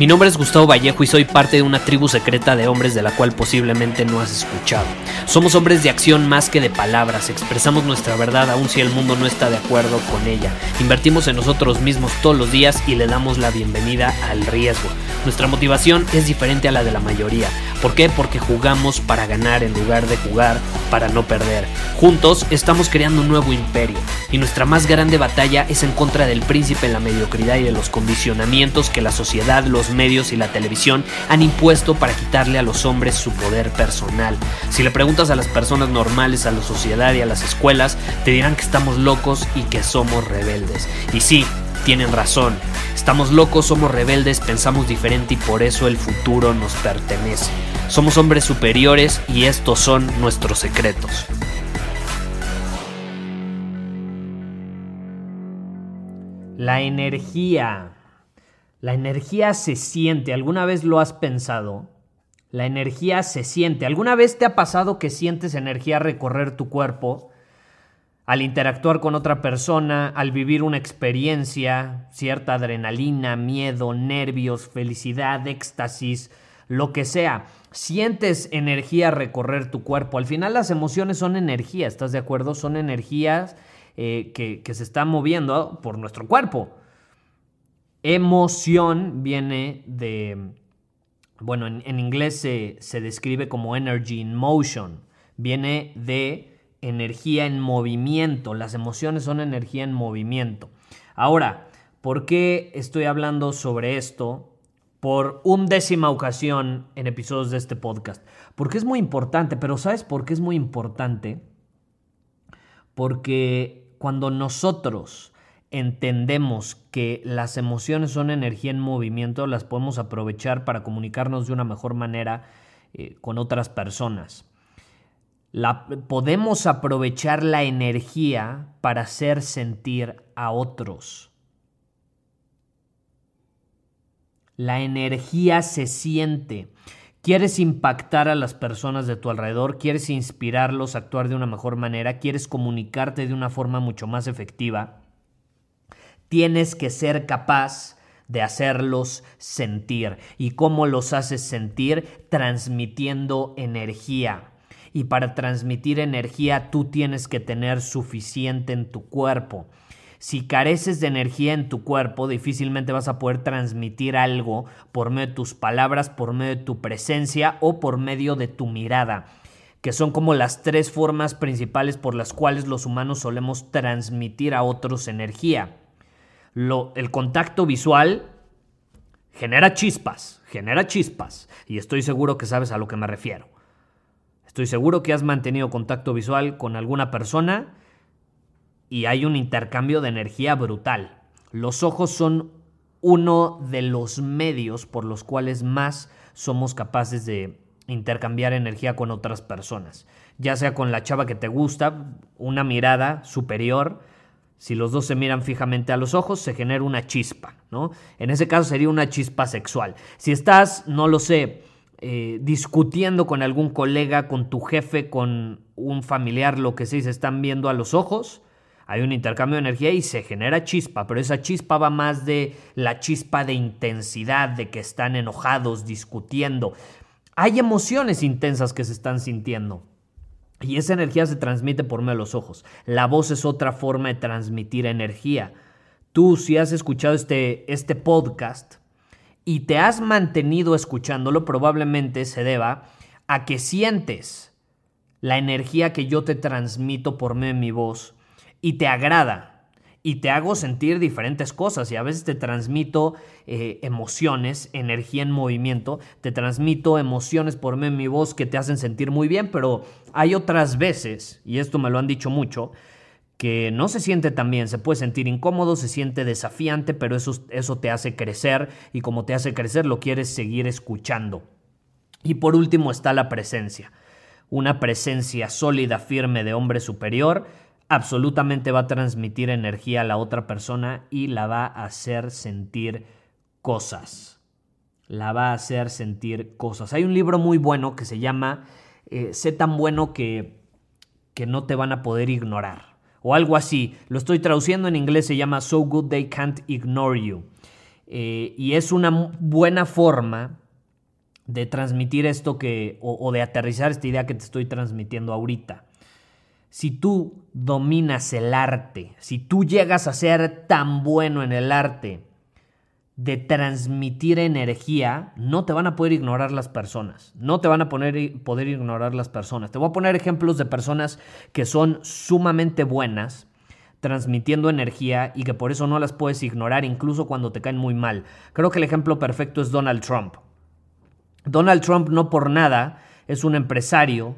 Mi nombre es Gustavo Vallejo y soy parte de una tribu secreta de hombres de la cual posiblemente no has escuchado. Somos hombres de acción más que de palabras, expresamos nuestra verdad aun si el mundo no está de acuerdo con ella. Invertimos en nosotros mismos todos los días y le damos la bienvenida al riesgo. Nuestra motivación es diferente a la de la mayoría. ¿Por qué? Porque jugamos para ganar en lugar de jugar para no perder. Juntos estamos creando un nuevo imperio y nuestra más grande batalla es en contra del príncipe en la mediocridad y de los condicionamientos que la sociedad, los medios y la televisión han impuesto para quitarle a los hombres su poder personal. Si le preguntas a las personas normales, a la sociedad y a las escuelas, te dirán que estamos locos y que somos rebeldes. Y sí, tienen razón. Estamos locos, somos rebeldes, pensamos diferente y por eso el futuro nos pertenece. Somos hombres superiores y estos son nuestros secretos. La energía se siente. ¿Alguna vez lo has pensado? La energía se siente. ¿Alguna vez te ha pasado que sientes energía recorrer tu cuerpo? Al interactuar con otra persona, al vivir una experiencia, cierta adrenalina, miedo, nervios, felicidad, éxtasis, lo que sea. Sientes energía recorrer tu cuerpo. Al final las emociones son energía, ¿estás de acuerdo? Son energías que se están moviendo por nuestro cuerpo. Emoción viene de... Bueno, en inglés se describe como energy in motion. Viene de energía en movimiento. Las emociones son energía en movimiento. Ahora, ¿por qué estoy hablando sobre esto por 11ª ocasión en episodios de este podcast? Porque es muy importante, pero ¿sabes por qué es muy importante? Porque cuando nosotros entendemos que las emociones son energía en movimiento, las podemos aprovechar para comunicarnos de una mejor manera con otras personas. Podemos aprovechar la energía para hacer sentir a otros. La energía se siente. ¿Quieres impactar a las personas de tu alrededor? ¿Quieres inspirarlos a actuar de una mejor manera? ¿Quieres comunicarte de una forma mucho más efectiva? Tienes que ser capaz de hacerlos sentir. ¿Y cómo los haces sentir? Transmitiendo energía. Y para transmitir energía tú tienes que tener suficiente en tu cuerpo. Si careces de energía en tu cuerpo, difícilmente vas a poder transmitir algo por medio de tus palabras, por medio de tu presencia o por medio de tu mirada, que son como las 3 formas principales por las cuales los humanos solemos transmitir a otros energía. El contacto visual genera chispas, y estoy seguro que sabes a lo que me refiero. Estoy seguro que has mantenido contacto visual con alguna persona y hay un intercambio de energía brutal. Los ojos son uno de los medios por los cuales más somos capaces de intercambiar energía con otras personas. Ya sea con la chava que te gusta, una mirada superior. Si los dos se miran fijamente a los ojos, se genera una chispa, ¿no? En ese caso sería una chispa sexual. Si estás, no lo sé, discutiendo con algún colega, con tu jefe, con un familiar, lo que sea, y se están viendo a los ojos, hay un intercambio de energía y se genera chispa, pero esa chispa va más de la chispa de intensidad, de que están enojados, discutiendo. Hay emociones intensas que se están sintiendo y esa energía se transmite por medio de los ojos. La voz es otra forma de transmitir energía. Tú, si has escuchado este podcast y te has mantenido escuchándolo, probablemente se deba a que sientes la energía que yo te transmito por medio de mi voz y te agrada y te hago sentir diferentes cosas y a veces te transmito emociones, energía en movimiento, te transmito emociones por medio de mi voz que te hacen sentir muy bien, pero hay otras veces, y esto me lo han dicho mucho, que no se siente tan bien, se puede sentir incómodo, se siente desafiante, pero eso te hace crecer y como te hace crecer lo quieres seguir escuchando. Y por último está la presencia. Una presencia sólida, firme de hombre superior absolutamente va a transmitir energía a la otra persona y la va a hacer sentir cosas. Hay un libro muy bueno que se llama Sé tan bueno que no te van a poder ignorar. O algo así. Lo estoy traduciendo en inglés, se llama So Good They Can't Ignore You. y es una buena forma de transmitir esto o de aterrizar esta idea que te estoy transmitiendo ahorita. Si tú dominas el arte, si tú llegas a ser tan bueno en el arte de transmitir energía, no te van a poder ignorar las personas. No te van a poder ignorar las personas. Te voy a poner ejemplos de personas que son sumamente buenas transmitiendo energía y que por eso no las puedes ignorar incluso cuando te caen muy mal. Creo que el ejemplo perfecto es Donald Trump. Donald Trump no por nada es un empresario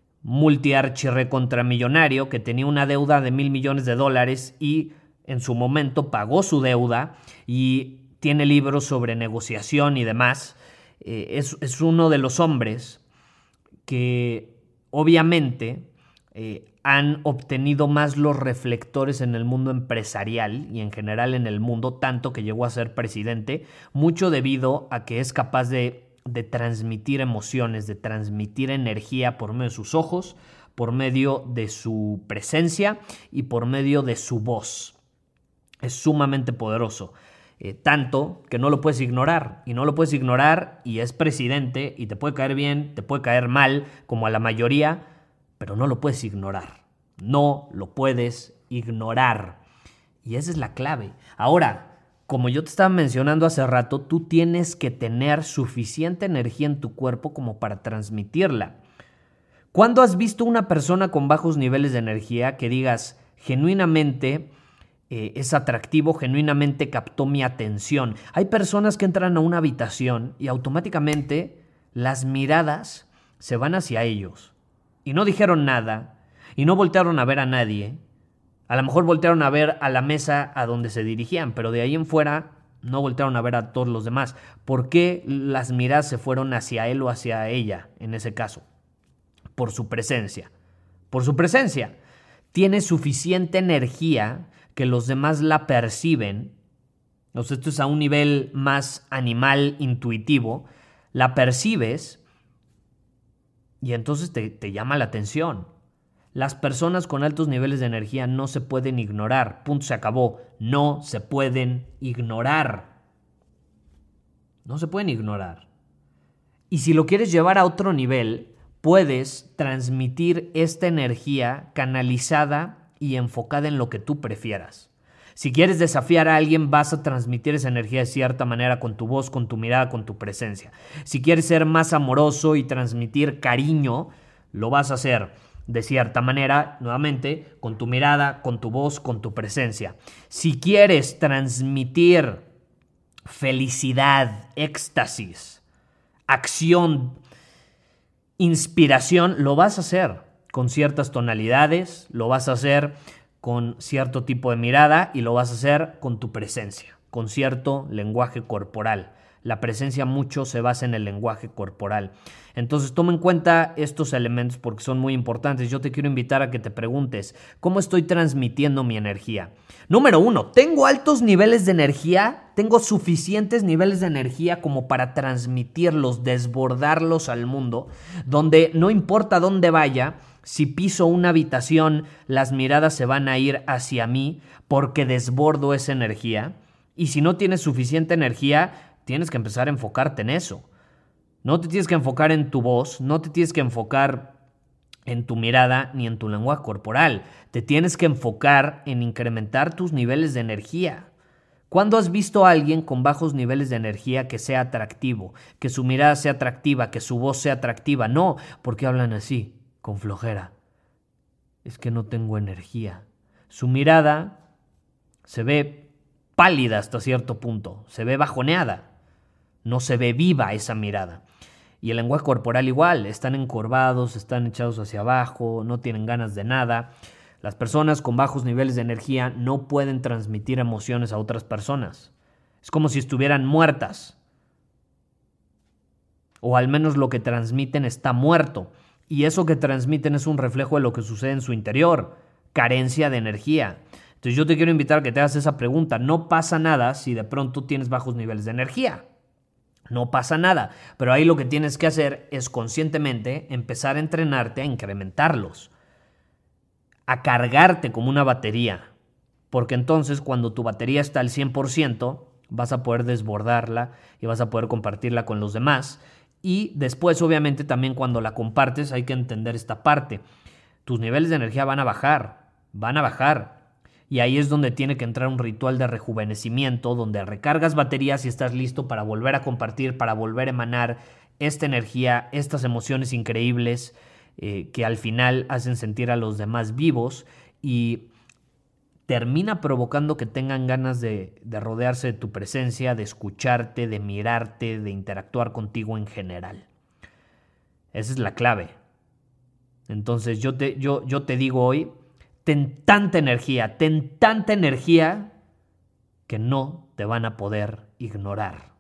multiarchirrecontramillonario que tenía una deuda de $1,000 millones y en su momento pagó su deuda y tiene libros sobre negociación y demás. Es uno de los hombres que obviamente han obtenido más los reflectores en el mundo empresarial y en general en el mundo, tanto que llegó a ser presidente, mucho debido a que es capaz de transmitir emociones, de transmitir energía por medio de sus ojos, por medio de su presencia y por medio de su voz. Es sumamente poderoso. Tanto que no lo puedes ignorar. Y no lo puedes ignorar y es presidente y te puede caer bien, te puede caer mal, como a la mayoría, pero no lo puedes ignorar. No lo puedes ignorar. Y esa es la clave. Ahora, como yo te estaba mencionando hace rato, tú tienes que tener suficiente energía en tu cuerpo como para transmitirla. ¿Cuándo has visto una persona con bajos niveles de energía que digas genuinamente es atractivo, genuinamente captó mi atención? Hay personas que entran a una habitación y automáticamente las miradas se van hacia ellos y no dijeron nada y no voltearon a ver a nadie. A lo mejor voltearon a ver a la mesa a donde se dirigían, pero de ahí en fuera no voltearon a ver a todos los demás. ¿Por qué las miradas se fueron hacia él o hacia ella en ese caso? Por su presencia. Por su presencia. Tiene suficiente energía que los demás la perciben. O sea, esto es a un nivel más animal, intuitivo. La percibes y entonces te llama la atención. Las personas con altos niveles de energía no se pueden ignorar. Punto, se acabó. No se pueden ignorar. No se pueden ignorar. Y si lo quieres llevar a otro nivel, puedes transmitir esta energía canalizada y enfocada en lo que tú prefieras. Si quieres desafiar a alguien, vas a transmitir esa energía de cierta manera con tu voz, con tu mirada, con tu presencia. Si quieres ser más amoroso y transmitir cariño, lo vas a hacer de cierta manera, nuevamente, con tu mirada, con tu voz, con tu presencia. Si quieres transmitir felicidad, éxtasis, acción, inspiración, lo vas a hacer con ciertas tonalidades, lo vas a hacer con cierto tipo de mirada y lo vas a hacer con tu presencia, con cierto lenguaje corporal. La presencia mucho se basa en el lenguaje corporal. Entonces toma en cuenta estos elementos porque son muy importantes. Yo te quiero invitar a que te preguntes, ¿cómo estoy transmitiendo mi energía? Número 1, ¿tengo altos niveles de energía? ¿Tengo suficientes niveles de energía como para transmitirlos, desbordarlos al mundo? Donde no importa dónde vaya, si piso una habitación, las miradas se van a ir hacia mí porque desbordo esa energía. Y si no tienes suficiente energía, tienes que empezar a enfocarte en eso. No te tienes que enfocar en tu voz, no te tienes que enfocar en tu mirada ni en tu lenguaje corporal. Te tienes que enfocar en incrementar tus niveles de energía. ¿Cuándo has visto a alguien con bajos niveles de energía que sea atractivo, que su mirada sea atractiva, que su voz sea atractiva? No, porque hablan así, con flojera. Es que no tengo energía. Su mirada se ve pálida hasta cierto punto, se ve bajoneada. No se ve viva esa mirada. Y el lenguaje corporal igual, están encorvados, están echados hacia abajo, no tienen ganas de nada. Las personas con bajos niveles de energía no pueden transmitir emociones a otras personas. Es como si estuvieran muertas. O al menos lo que transmiten está muerto. Y eso que transmiten es un reflejo de lo que sucede en su interior. Carencia de energía. Entonces yo te quiero invitar a que te hagas esa pregunta. No pasa nada si de pronto tienes bajos niveles de energía. No pasa nada, pero ahí lo que tienes que hacer es conscientemente empezar a entrenarte a incrementarlos, a cargarte como una batería, porque entonces cuando tu batería está al 100%, vas a poder desbordarla y vas a poder compartirla con los demás. Y después, obviamente, también cuando la compartes hay que entender esta parte. Tus niveles de energía van a bajar. Y ahí es donde tiene que entrar un ritual de rejuvenecimiento, donde recargas baterías y estás listo para volver a compartir, para volver a emanar esta energía, estas emociones increíbles que al final hacen sentir a los demás vivos y termina provocando que tengan ganas de rodearse de tu presencia, de escucharte, de mirarte, de interactuar contigo en general. Esa es la clave. Entonces yo te digo hoy, ten tanta energía que no te van a poder ignorar.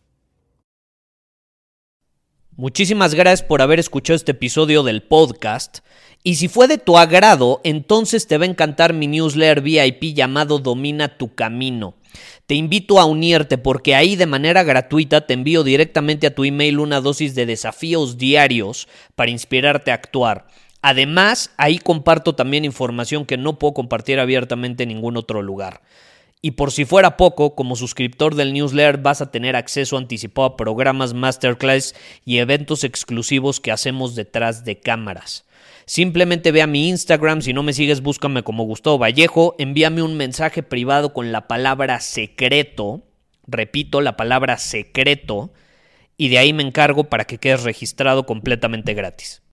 Muchísimas gracias por haber escuchado este episodio del podcast. Y si fue de tu agrado, entonces te va a encantar mi newsletter VIP llamado Domina tu Camino. Te invito a unirte porque ahí de manera gratuita te envío directamente a tu email una dosis de desafíos diarios para inspirarte a actuar. Además, ahí comparto también información que no puedo compartir abiertamente en ningún otro lugar. Y por si fuera poco, como suscriptor del newsletter vas a tener acceso anticipado a programas, masterclass y eventos exclusivos que hacemos detrás de cámaras. Simplemente ve a mi Instagram, si no me sigues búscame como Gustavo Vallejo, envíame un mensaje privado con la palabra secreto, repito, la palabra secreto, y de ahí me encargo para que quedes registrado completamente gratis.